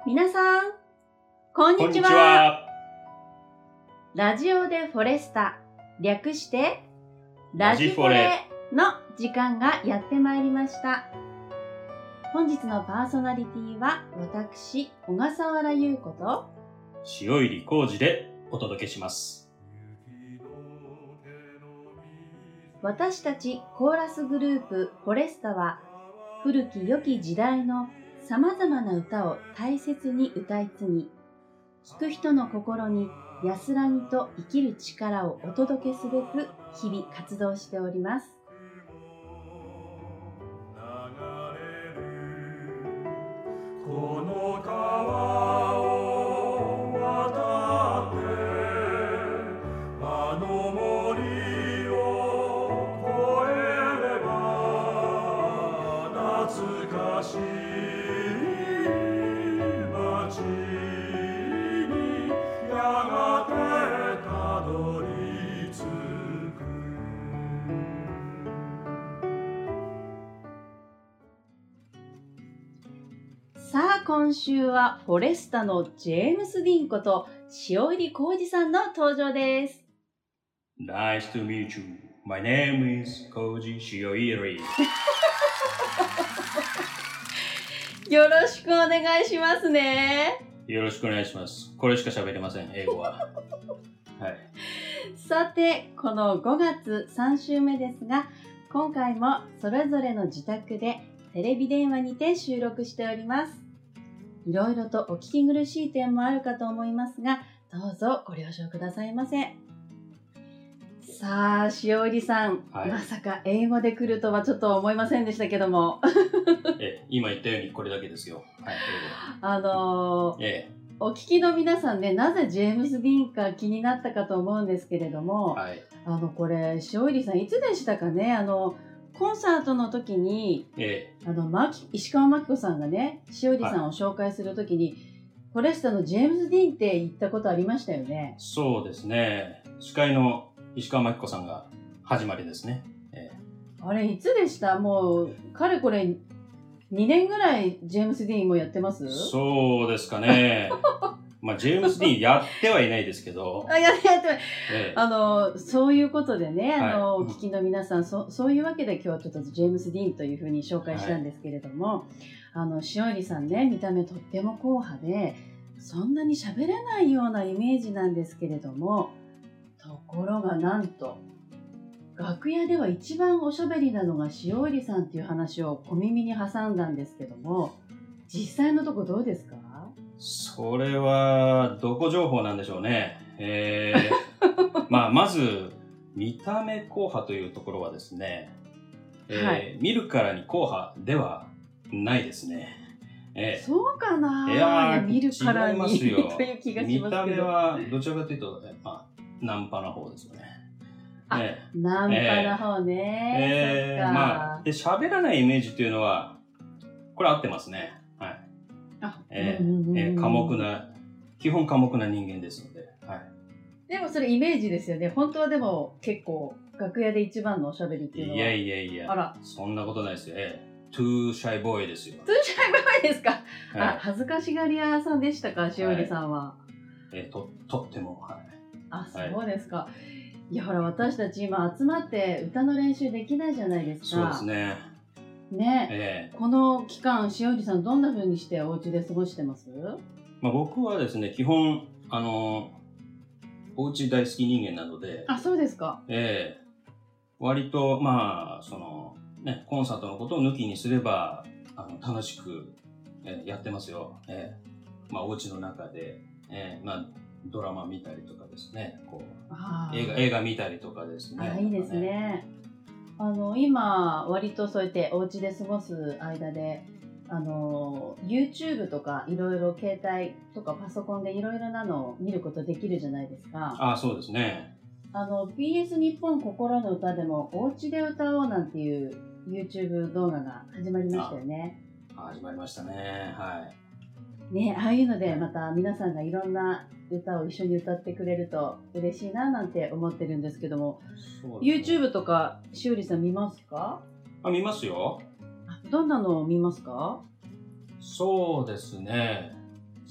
皆さん、こんにちは。ラジオでフォレスタ、略してラジフォレの時間がやってまいりました。本日のパーソナリティは私、小笠原優子と塩入浩二でお届けします。 私たちコーラスグループフォレスタは古き良き時代のさまざまな歌を大切に歌い継ぎ、聴く人の心に安らぎと生きる力をお届けすべく日々活動しております。 この川を渡ってあの森を越えれば懐かしい街にやがてたどり着く。 さあ、今週はフォレスタのジェームス・ディーンこと塩入浩二さんの登場です。 Nice to meet you. My name is Koji Shioiri. よろしくお願いしますね。 よろしくお願いします。これしか喋れません、英語は。はい。 さて、この5月3週目ですが、今回もそれぞれの自宅でテレビ電話にて収録しております。いろいろとお聞き苦しい点もあるかと思いますが、どうぞご了承くださいませ。さあ、塩入さん、 はい、 まさか英語で来るとはちょっと思いませんでしたけども。 今言ったようにこれだけですよ。はい、 お聞きの皆さんね、なぜジェームス・ディーンか気になったかと思うんですけれども、 はい、 これ、塩入さんいつでしたかね、コンサートの時に、石川真紀子さんがね、塩入さんを紹介する時に、フォレスタのジェームス・ディーンって言ったことありましたよね。 そうですね。司会の石川真紀子さんが始まりですね。 あれ、いつでした？もう、かれこれ、2年ぐらいジェームス・ディーンもやってます？ そうですかね。まあ、ジェームス・ディーンやってはいないですけど。 やってない。そういうことでね、お聞きの皆さん、そういうわけで今日はちょっとジェームス・ディーンというふうに紹介したんですけれども、塩入さんね、見た目とっても硬派で、そんなに喋れないようなイメージなんですけれども、ところがなんと、楽屋では一番おしゃべりなのが塩入さんっていう話を小耳に挟んだんですけども、実際のとこどうですか？ それはどこ情報なんでしょうね。まず見た目硬派というところはですね、見るからに硬派ではないですね。 そうかな？いや見るからに違いますよという気がしますけど。 見た目はどちらかというと、ナンパな方ですよね。 ナンパな方ね。 で喋らないイメージっていうのはこれ合ってますね。はい。基本寡黙な人間ですので。はい。 でもそれイメージですよね。本当はでも結構楽屋で一番のおしゃべりっていうのは。 いや。あら。そんなことないですよ。トゥーシャイボーイですよ。 トゥーシャイボーイですか。恥ずかしがり屋さんでしたか、塩入さんは。 とっても。はい。 そうですか。いやほら、私たち今集まって歌の練習できないじゃないですか。 そうですね。この期間、塩入さんどんな風にしてお家で過ごしてます？ 僕はですね、基本お家大好き人間なので。 そうですか。 割とコンサートのことを抜きにすれば楽しく、やってますよ。お家の中で、ドラマ見たりとかですね、映画見たりとかですね。 いいですね。今割とそうやってお家で過ごす間でYouTube とかいろいろ携帯とかパソコンでいろいろなのを見ることできるじゃないですか。 そうですね。 BS 日本心の歌でもお家で歌おうなんていう YouTube 動画が始まりましたよね。 始まりましたね。はい。 ね、ああいうのでまた皆さんがいろんな歌を一緒に歌ってくれると嬉しいななんて思ってるんですけども、YouTube とかしおりさん見ますか？ 見ますよ。 どんなのを見ますか？ そうですね。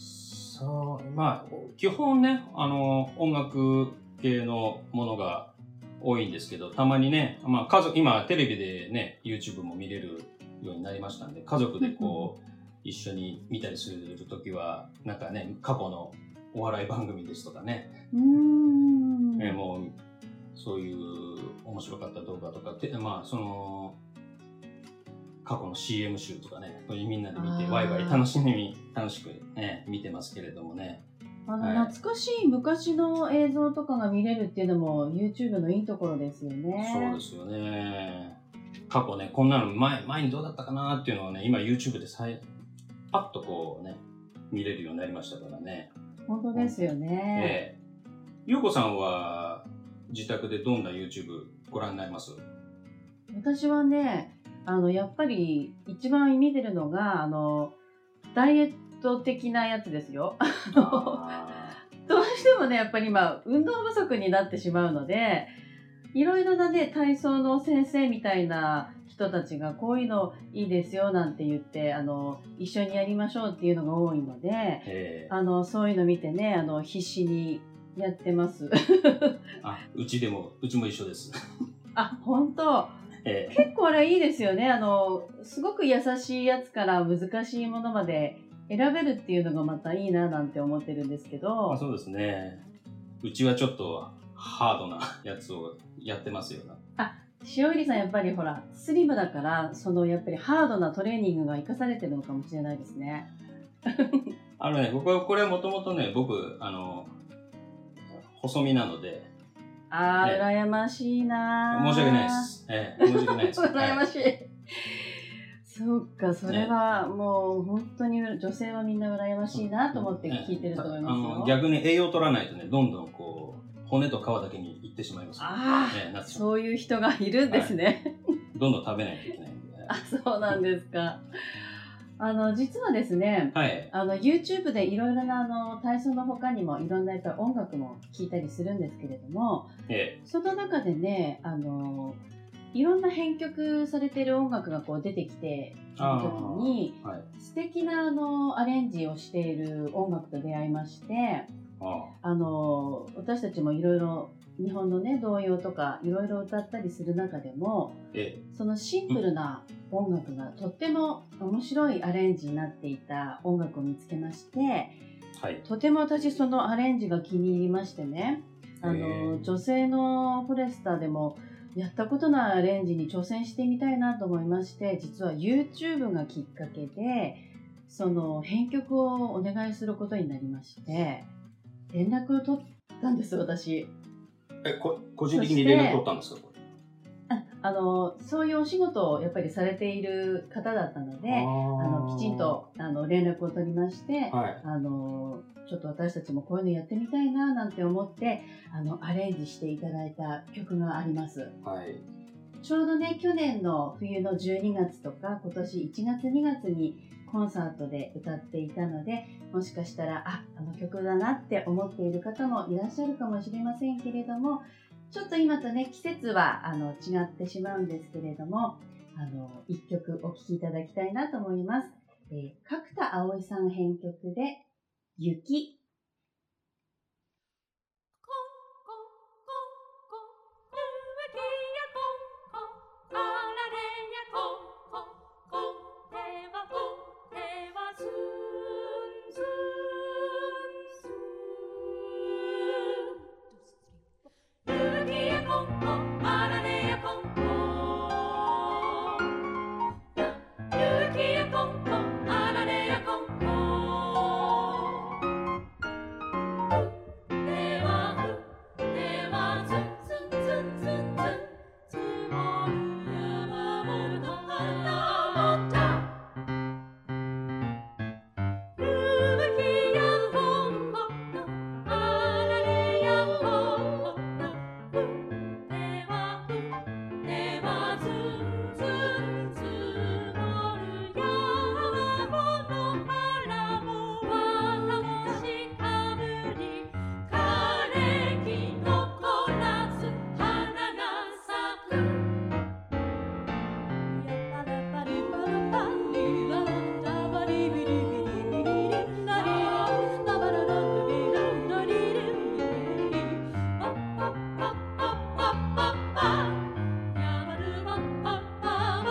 そう、まあ、基本ね、音楽系のものが多いんですけど、たまにね、まあ家族、今テレビでね、YouTube も見れるようになりましたんで、家族でこう、一緒に見たりするときは、なんかね、過去のお笑い番組ですとかね、もう、そういう面白かった動画とか、まあ、その、過去の CM 集とかね、みんなで見て、ワイワイ楽しくね、見てますけれどもね。 懐かしい昔の映像とかが見れるっていうのも YouTube のいいところですよね。 そうですよね。過去ね、こんなの前にどうだったかなっていうのをね、今 YouTube でパッとこうね、見れるようになりましたからね。 本当ですよね。 ゆうこさんは自宅でどんな YouTube ご覧になります？ 私はね、やっぱり一番見てるのが、ダイエット的なやつですよ。どうしてもね、やっぱり今、運動不足になってしまうので、いろいろなね、体操の先生みたいな人たちがこういうのいいですよなんて言って、一緒にやりましょうっていうのが多いので、そういうの見てね、必死にやってます。 うちも一緒です。 本当。結構あれいいですよね。すごく優しいやつから難しいものまで選べるっていうのがまたいいななんて思ってるんですけど。 そうですね。うちはちょっとハードなやつをやってますよな。 塩入さんやっぱりほら、スリムだから、やっぱりハードなトレーニングが活かされてるのかもしれないですね。 これはもともとね、僕、細身なので、 羨ましいな。 申し訳ないです。申し訳ないです。 羨ましい。そうか、それはもう本当に女性はみんな羨ましいなと思って聞いてると思いますよ。 逆に栄養取らないとね、どんどんこう、骨と皮だけにいってしまいます。 そういう人がいるんですね。 どんどん食べないといけないんで。 そうなんですか。実はですね、YouTube でいろいろな体操の他にもいろんなやっぱり音楽も聴いたりするんですけれども、その中でね、いろんな編曲されている音楽がこう出てきている時に、素敵なアレンジをしている音楽と出会いまして、私たちもいろいろ日本のね童謡とかいろいろ歌ったりする中でも、そのシンプルな音楽がとっても面白いアレンジになっていた音楽を見つけまして、とても私そのアレンジが気に入りましてね、女性のフォレスターでもやったことないアレンジに挑戦してみたいなと思いまして、実は YouTube がきっかけでその編曲をお願いすることになりまして、連絡を取ったんです、私。 個人的に連絡取ったんですか？ そういうお仕事をやっぱりされている方だったので、きちんと連絡を取りまして、ちょっと私たちもこういうのやってみたいななんて思ってアレンジしていただいた曲があります。ちょうどね、去年の冬の12月とか今年1月2月にコンサートで歌っていたので、もしかしたらあの曲だなって思っている方もいらっしゃるかもしれませんけれども、ちょっと今とね季節は違ってしまうんですけれども、一曲お聴きいただきたいなと思います。角田葵さん編曲で雪。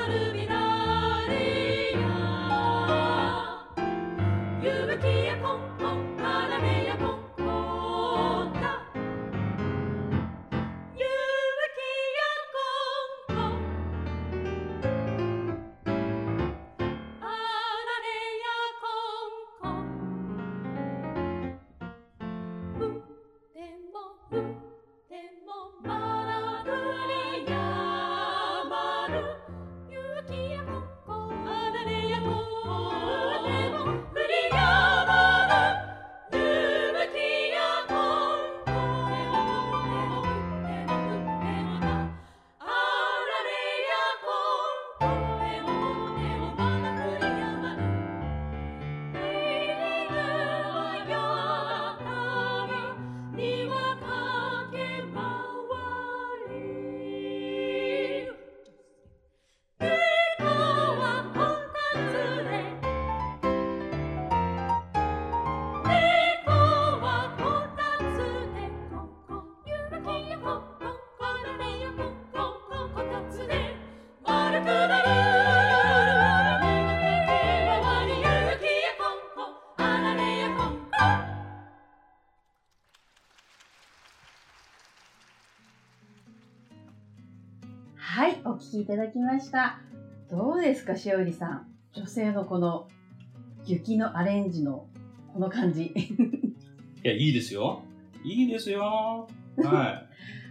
はい、お聞きいただきました。どうですか、しおりさん。女性のこの雪のアレンジのこの感じ。 いや、いいですよ。いいですよ。はい。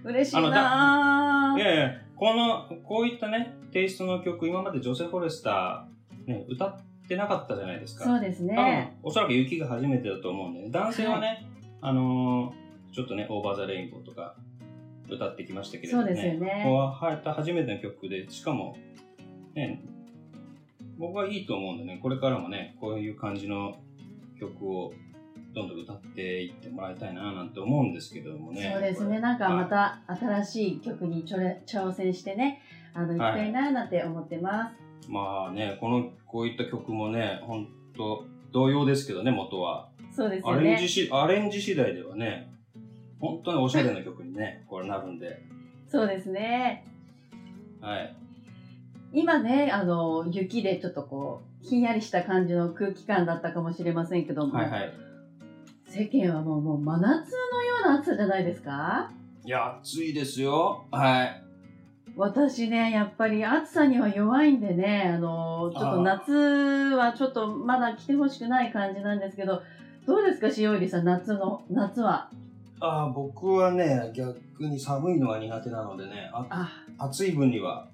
嬉しいなぁ。 いやいや、こういったね、テイストの曲、今までジョセ・フォレスター、ね、歌ってなかったじゃないですか。 そうですね。 おそらく雪が初めてだと思うんで、ね、男性はね、はい、ちょっとね、オーバーザレインボーとか歌ってきましたけれどもね。 そうですよね。 ここは初めての曲で、しかも、ね、僕はいいと思うんでね、これからもね、こういう感じの曲をどんどん歌っていってもらいたいななんて思うんですけどもね。 そうですね。なんかまた新しい曲に挑戦してね、行きたいななんて思ってます。 まあね、こういった曲もね、ほんと同様ですけどね、元は。 そうですよね。 アレンジ次第ではね、本当におしゃれな曲にね、これなるんで。 そうですね。 はい。 今ね、雪でちょっとこう、ひんやりした感じの空気感だったかもしれませんけども、 はいはい。 世間はもう真夏のような暑さじゃないですか？ いや、暑いですよ。はい。 私ね、やっぱり暑さには弱いんでね、ちょっと夏はちょっとまだ来てほしくない感じなんですけど、どうですか、しおりさん、夏は。 僕はね、逆に寒いのが苦手なのでね、暑い分には、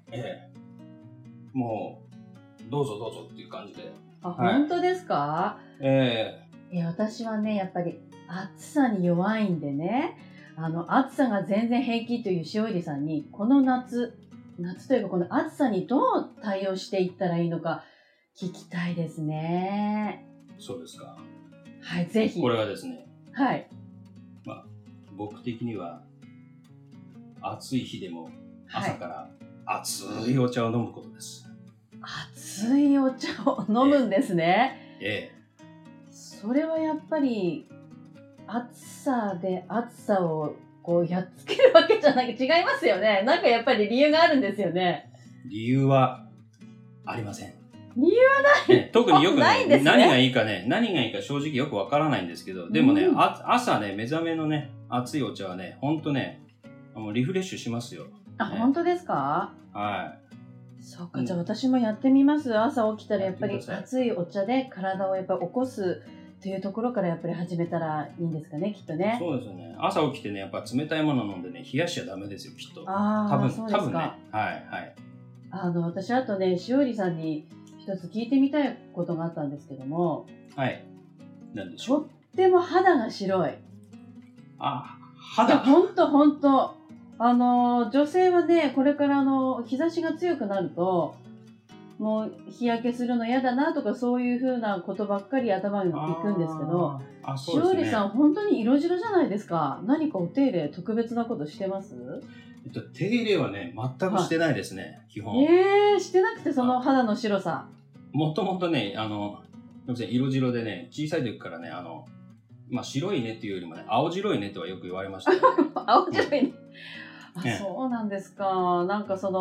もう、どうぞどうぞっていう感じで。 はい、本当ですか？私はね、やっぱり暑さに弱いんでね、暑さが全然平気というしおりさんに、この夏というかこの暑さにどう対応していったらいいのか聞きたいですね。 そうですか。 はい、ぜひ。 これはですね。 はい。 まあ、僕的には、暑い日でも朝から熱いお茶を飲むことです。 熱いお茶を飲むんですね。それはやっぱり暑さで暑さをこうやっつけるわけじゃない違いますよね。なんかやっぱり理由があるんですよね。 理由はありません。 理由はない、 特によくね、 ないんですね。 何がいいか正直よくわからないんですけど、でもね、朝ね、目覚めのね、熱いお茶はね、ほんとね、リフレッシュしますよ。 本当ですか？ はい。 そうか、じゃあ私もやってみます。朝起きたらやっぱり熱いお茶で体をやっぱり起こすというところからやっぱり始めたらいいんですかね、きっとね。 そうですよね。朝起きてね、やっぱ冷たいもの飲んでね、冷やしちゃダメですよ、きっと。 多分ね。 はいはい。 私あとね、しおりさんに一つ聞いてみたいことがあったんですけども。 はい。何でしょう。 とっても肌が白い。 肌。 ほんと。女性はね、これから日差しが強くなると、もう日焼けするの嫌だなとかそういう風なことばっかり頭にいくんですけど、しおりさん本当に色白じゃないですか。何かお手入れ特別なことしてます？ 手入れはね、全くしてないですね、基本。 してなくてその肌の白さ。 もともとね、色白でね、小さい時からね、白いねっていうよりもね、青白いねとはよく言われました、ね。 青白いね。そうなんですか。なんかその、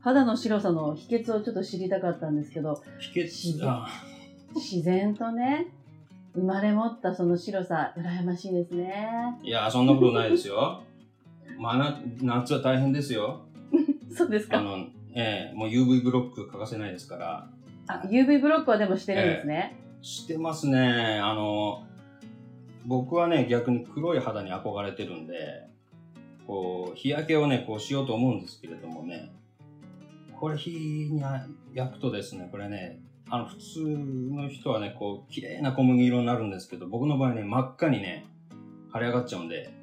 肌の白さの秘訣をちょっと知りたかったんですけど、 秘訣だ。 自然とね、生まれ持ったその白さ、羨ましいですね。 いや、そんなことないですよ。夏は大変ですよ。 そうですか。 もう UV ブロック欠かせないですから。 UV ブロックはでもしてるんですね。 してますね。僕はね、逆に黒い肌に憧れてるんで、こう、日焼けをね、こうしようと思うんですけれどもね、これ火に焼くとですね、これね、普通の人はね、こう、綺麗な小麦色になるんですけど、僕の場合ね、真っ赤にね、腫れ上がっちゃうんで。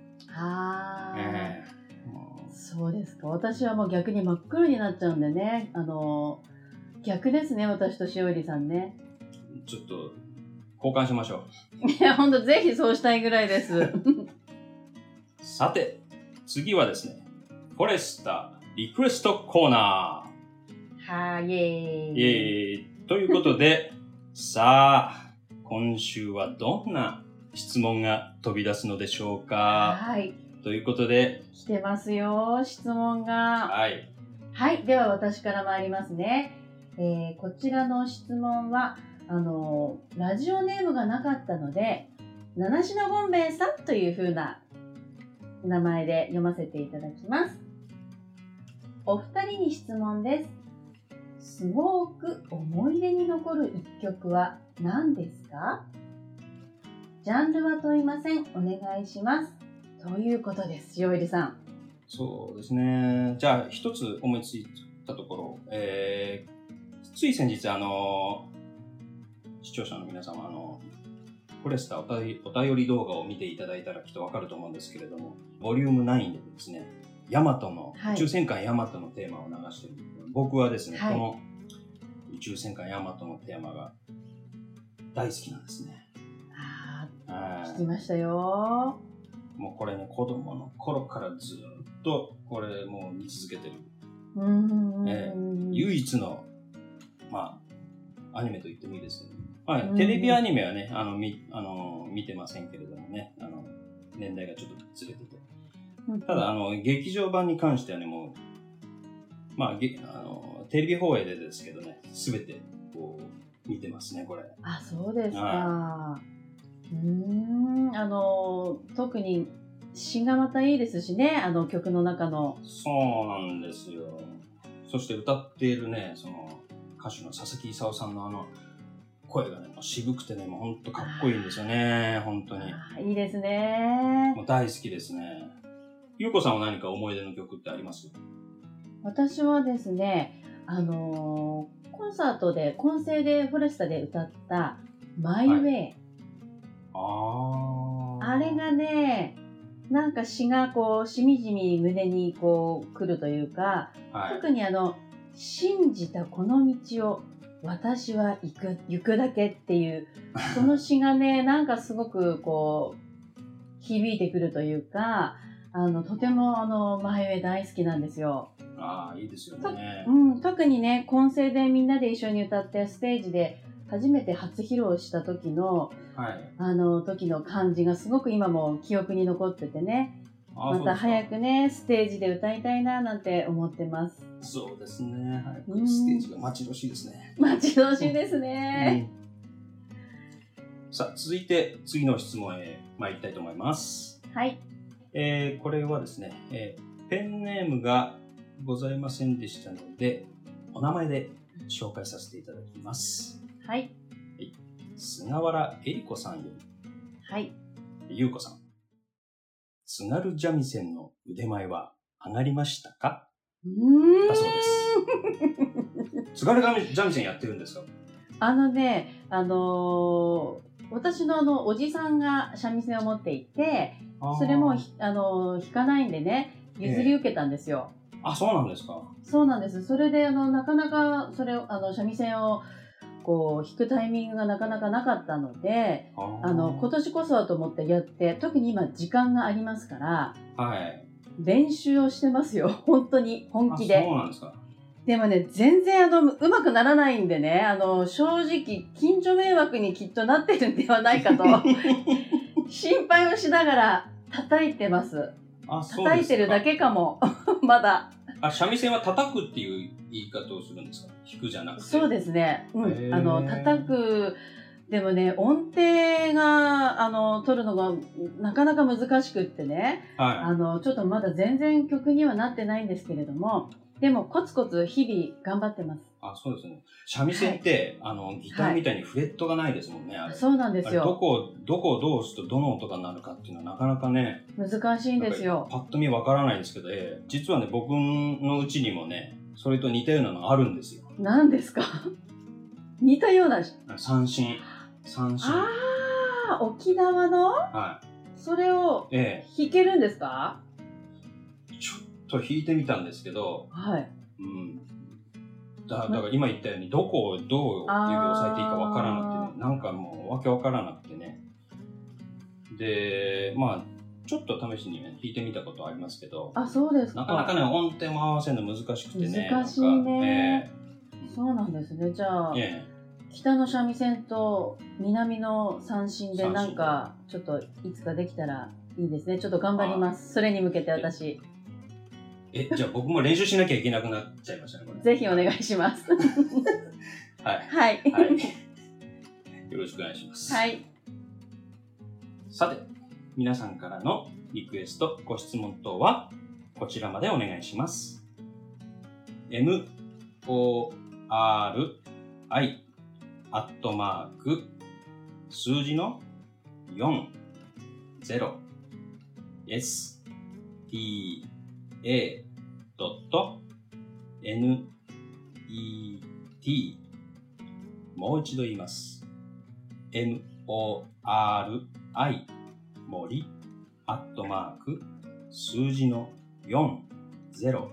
そうですか。私はもう逆に真っ黒になっちゃうんでね、逆ですね、私としおりさんね。 ちょっと、交換しましょう。いや、ほんとぜひそうしたいぐらいです。 さて、次はですね、フォレスタリクエストコーナー。イェーイ。 イェーイ。ということで、さあ、今週はどんな質問が飛び出すのでしょうか。 はい。 ということで。 来てますよ、質問が。 はい。 はい。では私から参りますね。こちらの質問は、ラジオネームがなかったので、七品ゴンベイさんという風な名前で読ませていただきます。お二人に質問です。すごく思い出に残る一曲は何ですか？ジャンルは問いません。お願いします。ということです。しおりさん。 そうですね。じゃあ、一つ思いついたところ、つい先日、視聴者の皆様、フォレスタお便り動画を見ていただいたらきっとわかると思うんですけれども、ボリューム9でですね、ヤマトの、宇宙戦艦ヤマトのテーマを流している。僕はですね、この宇宙戦艦ヤマトのテーマが大好きなんですね。 聞きましたよ。 もうこれね、子供の頃からずっとこれもう見続けてる。唯一の、アニメと言ってもいいですけど、テレビアニメはね、見てませんけれどもね、年代がちょっとずれてて。ただ、劇場版に関してはね、もう、テレビ放映でですけどね、すべて、こう、見てますね、これ。 あ、そうですか。特に詩がまたいいですしね、曲の中の。 そうなんですよ。そして歌っているね、その、歌手の佐々木功さんの声がね、渋くてね、もうほんとかっこいいんですよね、本当に。 いいですね。 もう大好きですね。ゆうこさんは何か思い出の曲ってあります？ 私はですね、コンサートで、混声でフォレスタで歌ったマイウェイ。あれがね、なんか詩がこう、しみじみ胸にこう来るというか、特に信じたこの道を私は行くだけっていう、その詩がね、なんかすごくこう、響いてくるというか、とてもマイウェイ大好きなんですよ。 いいですよね。 特にね、混声でみんなで一緒に歌ってステージで初めて初披露した時の、時の感じがすごく今も記憶に残っててね、また早くね、ステージで歌いたいななんて思ってます。 そうですね。早くステージが待ち遠しいですね。 待ち遠しいですね。 さあ、続いて次の質問へ参りたいと思います。 はい。 これはですね、ペンネームがございませんでしたので、お名前で紹介させていただきます。 はい。 菅原恵里子さんより。 はい。 ゆうこさん。津軽三味線の腕前は上がりましたか？だそうです。津軽三味線やってるんですか？ 私のおじさんが三味線を持っていて、それも弾かないんでね、譲り受けたんですよ。 そうなんですか？ そうなんです。それでなかなかそれを三味線をこう弾くタイミングがなかなかなかったので、今年こそはと思ってやって、特に今時間がありますから、練習をしてますよ。本当に本気で。 そうなんですか？ でもね、全然上手くならないんでね、正直近所迷惑にきっとなってるんではないかと心配をしながら叩いてます。叩いてるだけかもまだ。 三味線は叩くっていう言い方をするんですか？弾くじゃなくて。 そうですね。うん。 へー叩く、でもね、音程が、取るのがなかなか難しくってね、 はちょっとまだ全然曲にはなってないんですけれども、でもコツコツ日々頑張ってます。 あ、そうですね。三味線って、ギターみたいにフレットがないですもんね、あれ。 そうなんですあれどよ。 こをどう押すとどの音が鳴るかっていうのはなかなかね、 難しいんですよ。 パッと見わからないですけど、実はね、僕のうちにもね、それと似たようなのあるんですよ。 何ですか？似たような。 三振。 ああ、沖縄のはそれをい。 弾けるんですか？ ちょっと弾いてみたんですけど、 はい。 うん。だから今言ったように、どこをどう指を押さえていいかわからなくてね、なんかもうわけわからなくてね。で、まあ、ちょっと試しにね、弾いてみたことありますけど、 あ、そうですか。 なかなかね、音程も合わせるの難しくてね。 難しいね。 なんかそうなんですね。じゃあ、北の三味線と南の三振でなんか、ちょっといつかできたらいいですね。ちょっと頑張ります。それに向けて私。 じゃあ僕も練習しなきゃいけなくなっちゃいましたね、これ。 ぜひお願いします。 はい。 はい。 はい。よろしくお願いします。 はい。 さて、皆さんからのリクエスト、ご質問等はこちらまでお願いします。MORI 数字の40 sta.net もう一度言います。MORI 森数字の40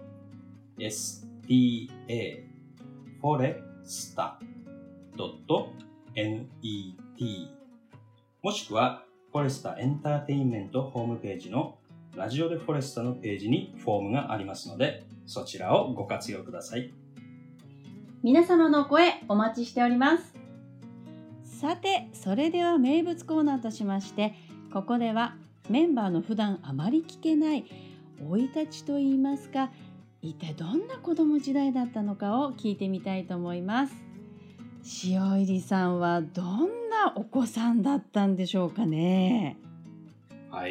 sta foresta.net もしくはフォレスタエンターテインメントホームページのラジオでフォレスタのページにフォームがありますので、そちらをご活用ください。 皆様の声お待ちしております。さて、それでは名物コーナーとしまして、ここではメンバーの普段あまり聞けない生い立ちといいますか、一体どんな子供時代だったのかを聞いてみたいと思います。塩入さんはどんなお子さんだったんでしょうかね。 はい。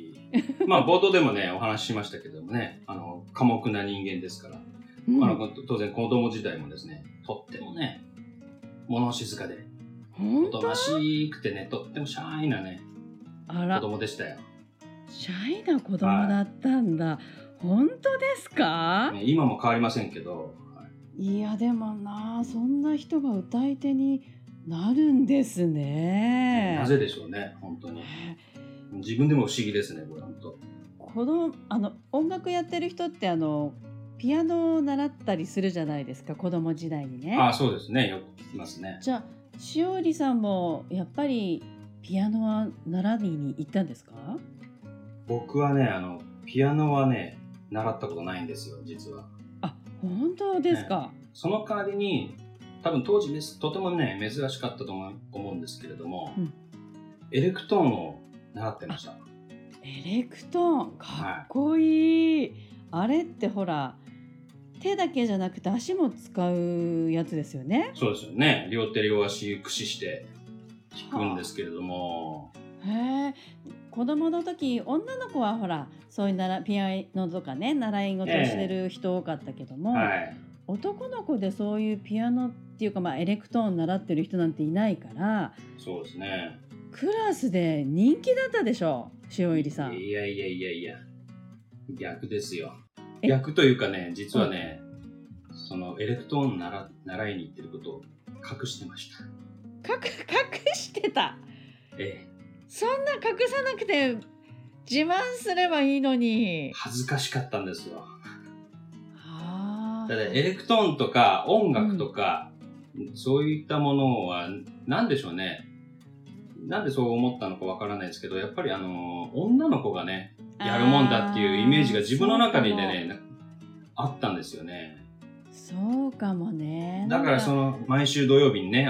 まあ冒頭でもね、お話ししましたけどもね、寡黙な人間ですから、当然子供時代もですね、とってもね、物静かで、おとなしくてね、とってもシャイなね、子供でしたよ。 シャイな子供だったんだ。本当ですか？ 今も変わりませんけど。 いやでもな、そんな人が歌い手になるんですね。 なぜでしょうね、本当に。自分でも不思議ですね、これ本当。 音楽やってる人ってピアノを習ったりするじゃないですか、子供時代にね。 あ、そうですね、よく聞きますね。 じゃあ塩入さんもやっぱりピアノは習いに行ったんですか？ 僕はね、ピアノはね、習ったことないんですよ、実は。 あ、本当ですか？ その代わりに、多分当時とてもね、珍しかったと思うんですけれども、エレクトーンを習ってました。 エレクトーン、かっこいい。あれってほら、手だけじゃなくて足も使うやつですよね。 そうですよね。両手両足駆使して弾くんですけれども。 へえ。子供の時、女の子はほら、そういうピアノとかね、習い事をしてる人多かったけども、男の子でそういうピアノっていうか、エレクトーン習ってる人なんていないから、 そうですね。 クラスで人気だったでしょ、塩入さん。 いや、逆ですよ。逆というかね、実はね、そのエレクトーン習いに行ってることを隠してました。 隠してた？そんな隠さなくて自慢すればいいのに。 恥ずかしかったんですよ。だってエレクトーンとか音楽とか、そういったものは何でしょうね。なんでそう思ったのかわからないですけど、やっぱり女の子がね、やるもんだっていうイメージが自分の中にね、あったんですよね。 そうかもね。 だから毎週土曜日にね、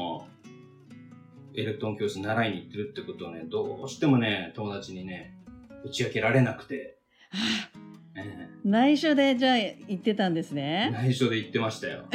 エレクトーン教室習いに行ってるってことをね、どうしてもね、友達にね、打ち明けられなくて。 内緒でじゃあ行ってたんですね。 内緒で行ってましたよ。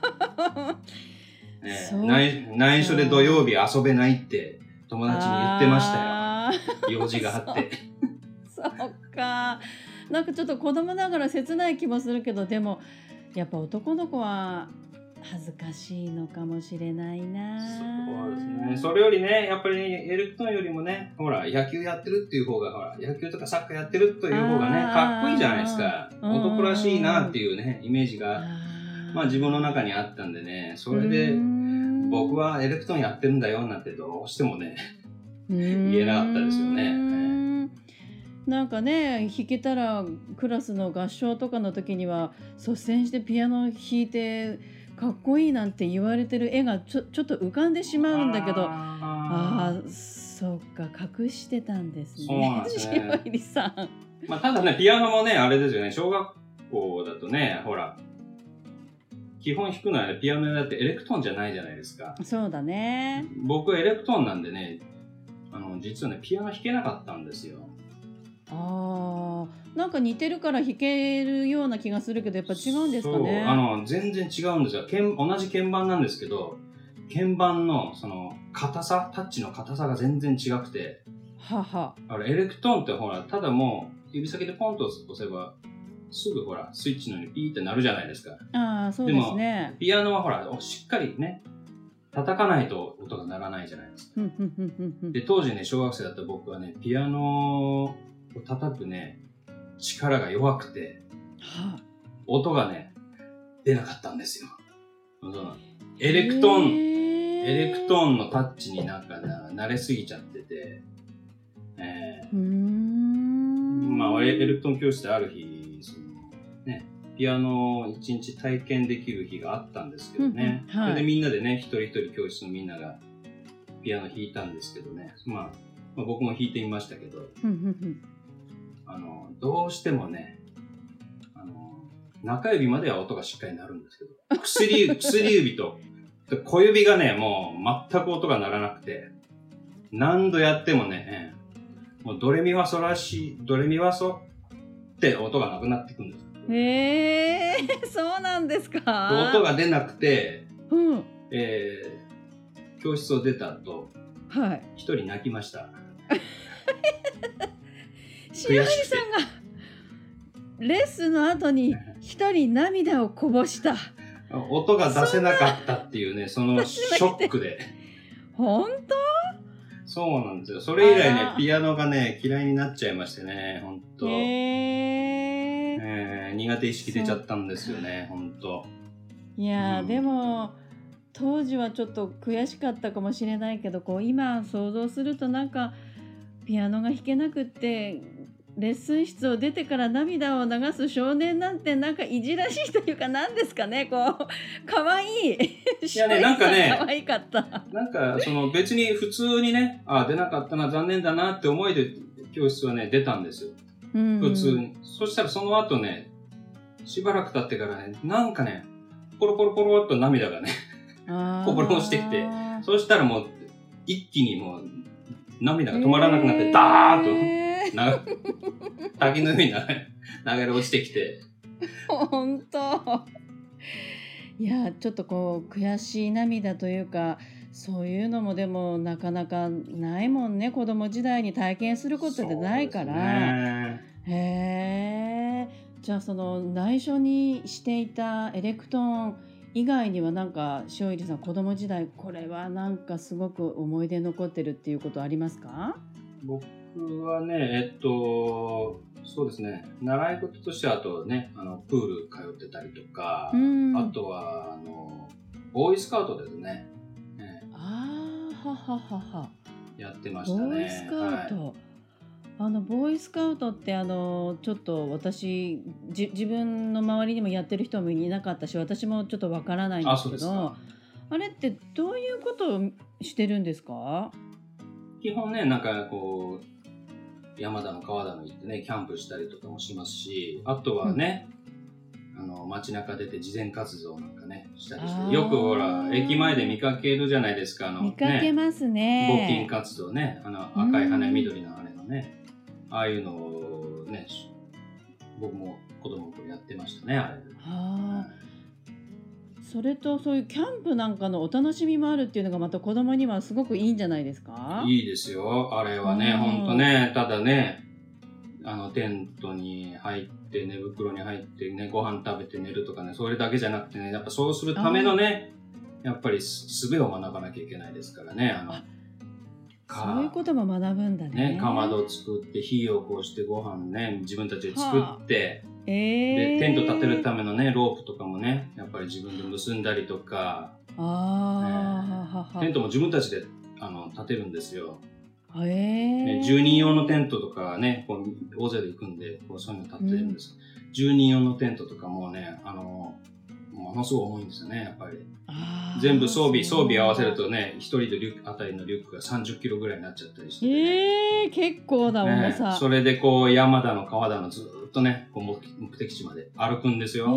そう内緒で土曜日遊べないって友達に言ってましたよ。用事があって。 そっか。なんかちょっと子供ながら切ない気もするけど、でもやっぱ男の子は恥ずかしいのかもしれないな。 そうですね。それよりね、やっぱりエレクトーンよりもね、ほら、野球やってるっていう方が、ほら、野球とかサッカーやってるという方がね、かっこいいじゃないですか。男らしいなっていうね、イメージが、まあ自分の中にあったんでね、それで、僕はエレクトーンやってるんだよなんてどうしてもね、言えなかったですよね。 なんかね、弾けたらクラスの合唱とかの時には率先してピアノを弾いてかっこいいなんて言われてる絵がちょっと浮かんでしまうんだけど、そっか、隠してたんですね。 そうなんですね。 塩入さん。 まあただね、ピアノもね、あれですよね、小学校だとね、ほら、基本弾くのは、ね、ピアノだってエレクトーンじゃないじゃないですか。 そうだね。 僕はエレクトーンなんでね、実はね、ピアノ弾けなかったんですよ。 なんか似てるから弾けるような気がするけど、やっぱ違うんですかね。 そう、全然違うんですよ。同じ鍵盤なんですけど、鍵盤のその硬さ、タッチの硬さが全然違くて。エレクトーンってほら、ただもう指先でポンと押せば、すぐほら、スイッチのようにピーってなるじゃないですか。 そうですね。 でも、ピアノはほら、しっかりね、叩かないと音が鳴らないじゃないですか。で、当時ね、小学生だった僕はね、ピアノを叩くね、力が弱くて、音がね、出なかったんですよ。エレクトーンのタッチになんか慣れすぎちゃってて、まあ、エレクトーン教室である日、ね、ピアノを一日体験できる日があったんですけどね。それでみんなでね、一人一人教室のみんながピアノ弾いたんですけどね。まあ僕も弾いてみましたけど、どうしてもね、中指までは音がしっかり鳴るんですけど、薬指と小指がね、もう全く音が鳴らなくて、何度やってもね、もうドレミファソラシ、ドレミファソって音がなくなってくるんです。 そうなんですか。 音が出なくて、教室を出た後、一人泣きました。 塩入さんがレッスンの後に一人涙をこぼした。 音が出せなかったっていうね、そのショックで。 本当？ そうなんですよ。それ以来ね、ピアノがね、嫌いになっちゃいましてね、本当。苦手意識出ちゃったんですよね、本当。 いやでも当時はちょっと悔しかったかもしれないけど、こう今想像するとなんかピアノが弾けなくってレッスン室を出てから涙を流す少年なんてなんかいじらしいというか、なんですかね、こうかわいい。いやね、なんかね、 かわいかった。 なんかその別に普通にね、出なかったな、残念だなって思いで教室はね出たんですよ。普通に。そしたらその後ね、しばらく経ってからね、なんかね、ポロポロポロっと涙がねこぼれ落ちてきて、そしたらもう一気にもう涙が止まらなくなって、ダーッと。滝のように流れ落ちてきて。 本当。いや、ちょっとこう悔しい涙というか、そういうのもでもなかなかないもんね、子供時代に体験することってないから。じゃあその内緒にしていたエレクトーン以外にはなんか塩入さん、子供時代これはなんかすごく思い出残ってるっていうことありますか？ 僕はね、そうですね、習い事としてはあとね、プール通ってたりとか、あとはボーイスカウトですね。やってましたね。 ボーイスカウト、ボーイスカウトってちょっと私自分の周りにもやってる人もいなかったし、私もちょっとわからないんですけど、あれってどういうことをしてるんですか？ 基本ね、なんかこう山田の川田の行ってね、キャンプしたりとかもしますし、あとはね、街中出て慈善活動なんかねしたりして、よくほら駅前で見かけるじゃないですか、 見かけますね、 募金活動ね、赤い羽緑のあれのね、ああいうのをね僕も子供の頃やってましたね、あれ。 はあ。それとそういうキャンプなんかのお楽しみもあるっていうのがまた子供にはすごくいいんじゃないですか？ いいですよ、あれはね、ほんとね。ただね、テントに入って、寝袋に入ってね、ご飯食べて寝るとかね、それだけじゃなくてね、やっぱそうするためのね、やっぱり術を学ばなきゃいけないですからね。 そういうことも学ぶんだね。 かまどを作って、火をこうしてご飯ね、自分たちで作って、で、テント立てるためのね、ロープとかもね、やっぱり自分で結んだりとか、テントも自分たちで立てるんですよ。10人用のテントとかね、こう大勢で行くんで、こうそういうの立ってるんです。10人用のテントとかもね、ものすごい重いんですよね、やっぱり。全部装備合わせるとね、一人あたりのリュックが30キロぐらいになっちゃったりして、ね。 結構な重さ。 それでこう山だの川だのずーっとね、こう目的地まで歩くんですよ。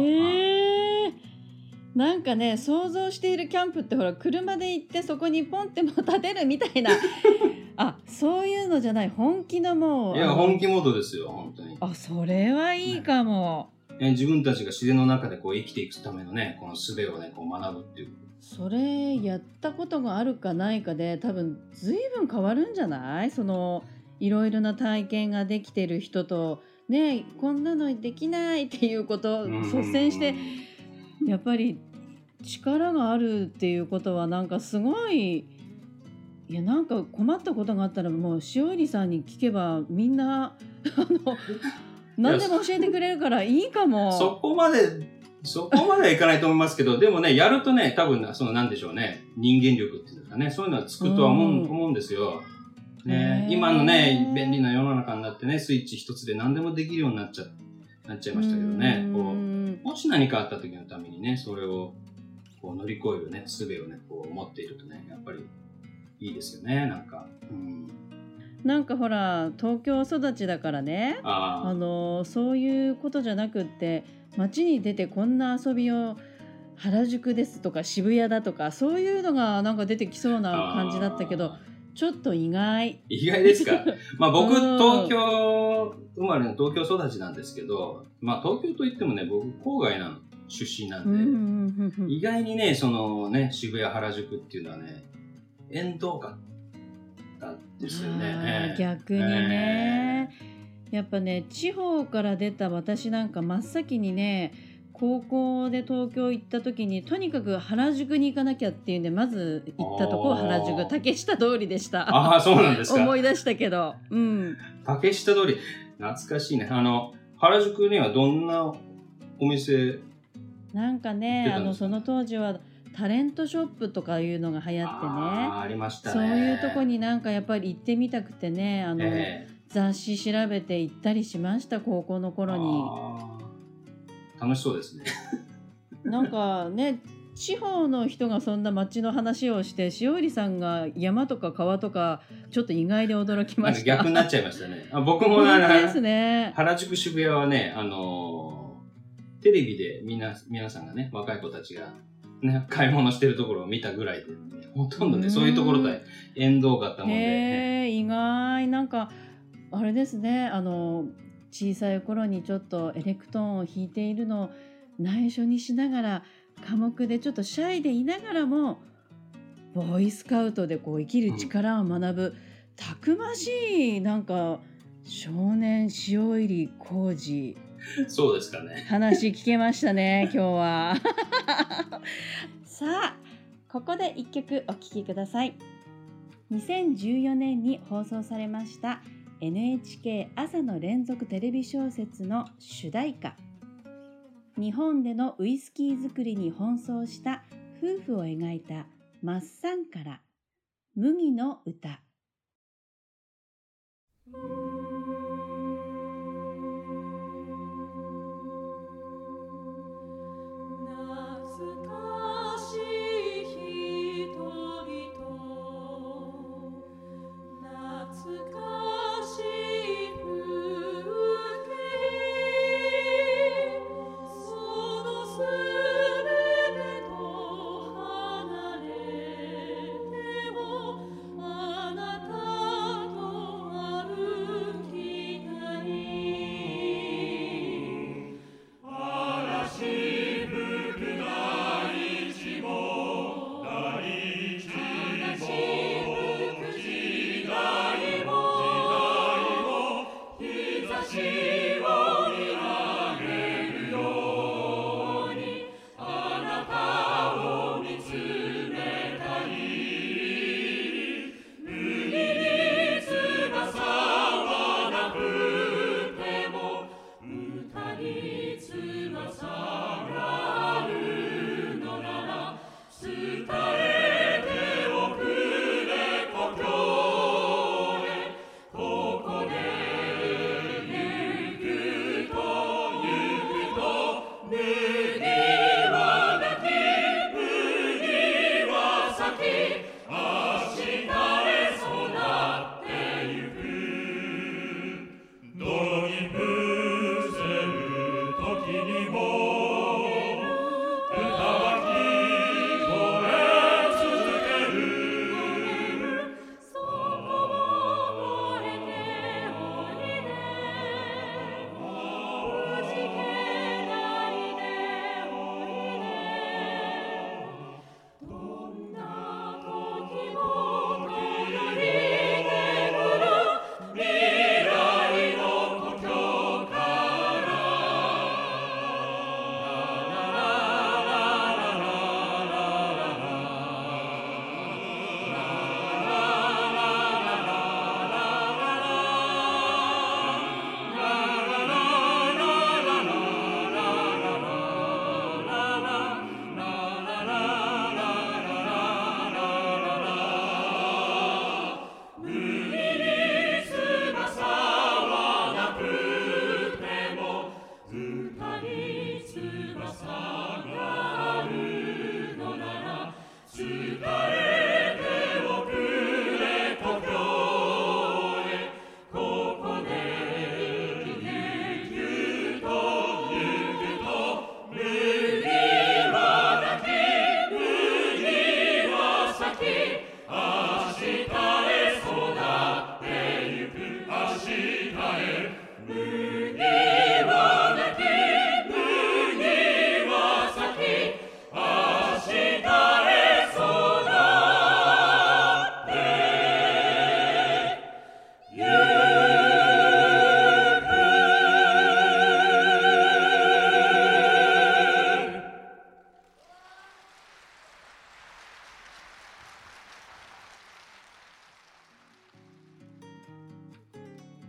なんかね、想像しているキャンプってほら、車で行ってそこにポンっても立てるみたいな。そういうのじゃない、本気のもう。 いや、本気モードですよ、本当に。 それはいいかも。 自分たちが自然の中でこう生きていくためのね、この術をね、こう学ぶっていう。 それやったことがあるかないかで多分随分変わるんじゃない？いろいろな体験ができてる人とね、こんなのできないっていうことを率先して、やっぱり力があるっていうことはなんかすごい。いや、なんか困ったことがあったらもう塩入さんに聞けばみんな何でも教えてくれるからいいかも。 そこまではいかないと思いますけど、でもね、やるとね、多分なんでしょうね、人間力っていうんですかね、そういうのはつくとは思うんですよ。ね、今のね、便利な世の中になってね、スイッチ一つで何でもできるようになっちゃいましたけどね、もし何かあった時のためにね、それをこう乗り越えるね、術をね、こう持っているとね、やっぱりいいですよね、なんか。 なんかほら、東京育ちだからね、そういうことじゃなくって、街に出てこんな遊びを原宿ですとか渋谷だとかそういうのがなんか出てきそうな感じだったけど、ちょっと意外ですか。僕東京生まれの東京育ちなんですけど、東京といってもね、僕郊外の出身なんで、意外にね、渋谷原宿っていうのはね、縁遠かったですよね。 逆にね、やっぱね、地方から出た私なんか真っ先にね、高校で東京行った時にとにかく原宿に行かなきゃっていうんで、まず行ったとこ原宿竹下通りでした。 そうなんですか。 思い出したけど、 竹下通り懐かしいね。原宿にはどんなお店なんかね、その当時はタレントショップとかいうのが流行ってね、 ありましたね。 そういうとこになんかやっぱり行ってみたくてね、雑誌調べて行ったりしました、高校の頃に。 楽しそうですね。 なんかね、地方の人がそんな街の話をして、塩入さんが山とか川とかちょっと意外で驚きました。 逆になっちゃいましたね。僕もですね、 原宿渋谷はね、テレビで皆さんがね、若い子たちがね、買い物してるところを見たぐらいで、ね、ほとんどね、そういうところと縁遠かったもんで、 意外。なんかあれですね、小さい頃にちょっとエレクトーンを弾いているのを内緒にしながら、寡黙でちょっとシャイでいながらもボーイスカウトでこう生きる力を学ぶ、たくましいなんか少年塩入浩二。 そうですかね。 話聞けましたね、今日は。さあ、ここで一曲お聴きください。2014年に放送されました NHK 朝の連続テレビ小説の主題歌。日本でのウイスキー作りに奔走した夫婦を描いたマッサンから麦の歌。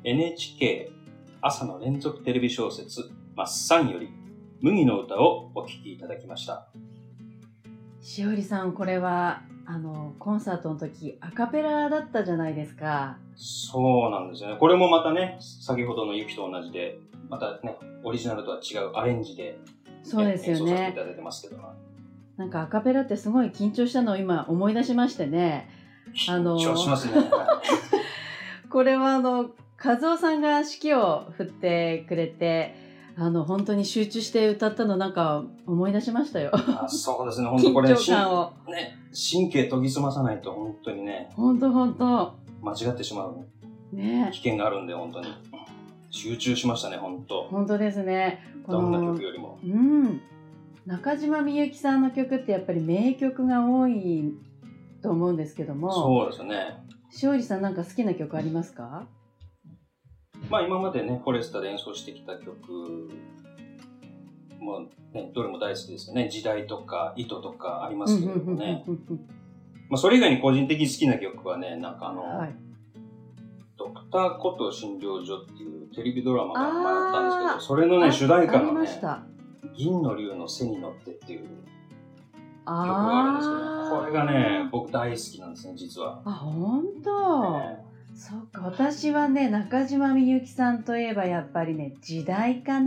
NHK 朝の連続テレビ小説マッサンより麦の歌をお聴きいただきました。 しおりさん、これはコンサートの時アカペラだったじゃないですか。 そうなんですよね。これもまたね、先ほどの雪と同じで、またね、オリジナルとは違うアレンジで、 そうですよね。 演奏させていただいてますけど、 なんかアカペラってすごい緊張したのを今思い出しましてね。 緊張しますね。 これは和夫さんが指揮を振ってくれて、本当に集中して歌ったのなんか思い出しましたよ。 そうですね。本当これ緊張感をね、神経研ぎ澄まさないと本当にね。 本当間違ってしまうね。 危険があるんで本当に集中しましたね。本当ですね。 どんな曲よりも。 中島みゆきさんの曲ってやっぱり名曲が多いと思うんですけども。 そうですね。 しおりさんなんか好きな曲ありますか？ まあ今までね、フォレスタで演奏してきた曲もね、どれも大好きですよね。時代とか糸とかありますけれどもね。まあそれ以外に個人的に好きな曲はね、なんかドクターコト診療所っていうテレビドラマが前あったんですけど、それのね、主題歌のね、銀の竜の背に乗ってっていう曲があるんですけど、これがね、僕大好きなんですね、実は。 本当。そっか、私はね、中島みゆきさんといえばやっぱりね、時代か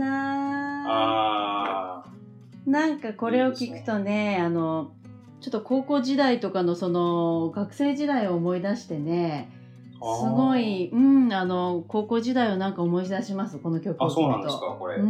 な。なんかこれを聞くとね、ちょっと高校時代とかのその学生時代を思い出してね、すごい、高校時代をなんか思い出します、この曲を聴くと。 そうなんですか、これ。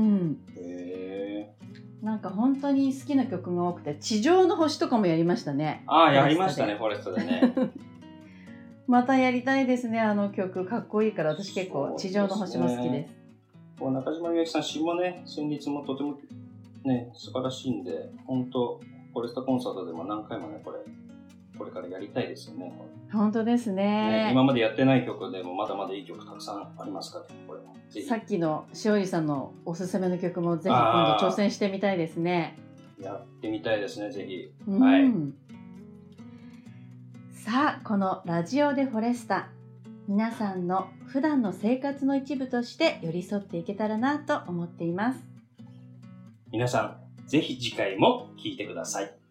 なんか本当に好きな曲が多くて、地上の星とかもやりましたね。 やりましたね、フォレストでね。 またやりたいですね、あの曲。かっこいいから、私結構地上の星も好きです。 中島みゆきさん、詩もね、旋律もとてもね、素晴らしいんで、本当フォレストコンサートでも何回もね、これからやりたいですよね。 本当ですね。 今までやってない曲でもまだまだいい曲たくさんありますから、これぜひ。 さっきのしおりさんのおすすめの曲もぜひ今度挑戦してみたいですね。 やってみたいですね、ぜひ。 はい。さあ、このラジオでフォレスタ、皆さんの普段の生活の一部として寄り添っていけたらなと思っています。 皆さん、ぜひ次回も聴いてください。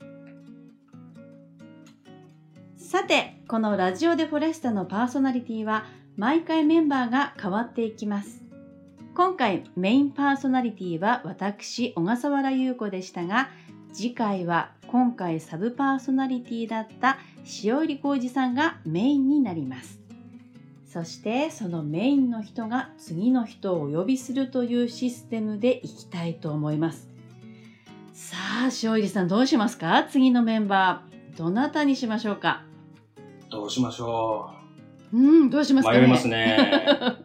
さて、このラジオでフォレスタのパーソナリティは毎回メンバーが変わっていきます。今回メインパーソナリティは私、小笠原優子でしたが、次回は今回サブパーソナリティだった塩入浩二さんがメインになります。そしてそのメインの人が次の人をお呼びするというシステムでいきたいと思います。さあ、塩入さんどうしますか？次のメンバー、どなたにしましょうか？ どうしましょう。どうしますかね？ 迷いますね。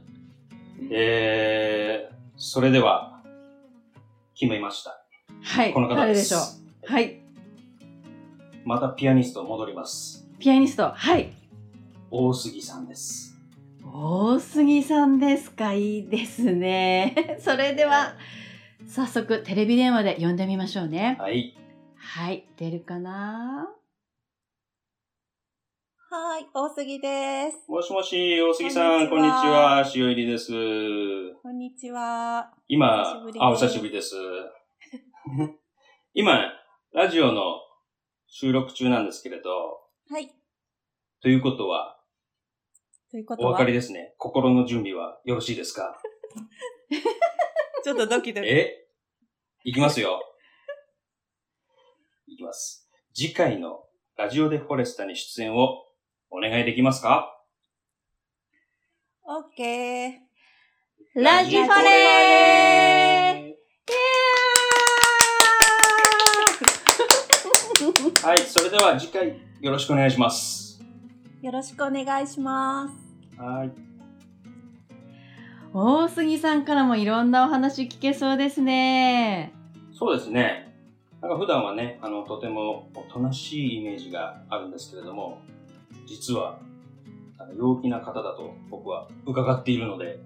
それでは、決めました。 はい。 この方です。 誰でしょう？はい。 またピアニスト戻ります。 ピアニスト、はい。 大杉さんです。 大杉さんですか？いいですね。それでは、早速テレビ電話で呼んでみましょうね。 はい。 はい。出るかな？ はい、大杉です。 もしもし、大杉さん、こんにちは。塩入です。 こんにちは。 今、お久しぶりです。今、ラジオの収録中なんですけれど。 はい。 ということは、お分かりですね。心の準備はよろしいですか？ ちょっとドキドキ。 いきますよ。いきます。次回のラジオでフォレスタに出演をお願いできますか？ OK。 ラジフォレー！ はい、それでは次回よろしくお願いします。 よろしくお願いします。 はい。 大杉さんからもいろんなお話聞けそうですね。 そうですね。なんか普段はね、とてもおとなしいイメージがあるんですけれども、実は陽気な方だと僕は伺っているので、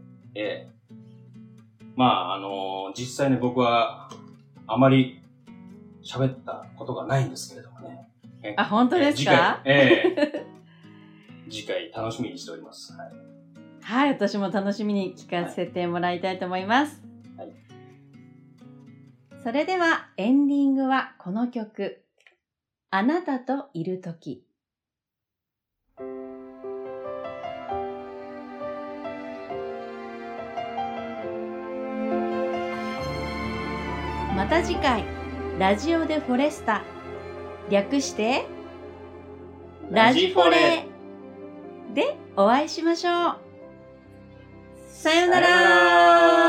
まあ実際ね、僕はあまり喋ったことがないんですけれどもね。 本当ですか？ 次回楽しみにしております。はい。 はい、私も楽しみに聞かせてもらいたいと思います。 はい。 それではエンディングはこの曲、あなたといるとき。また次回、ラジオでフォレスタ、略してラジフォレでお会いしましょう。さようなら。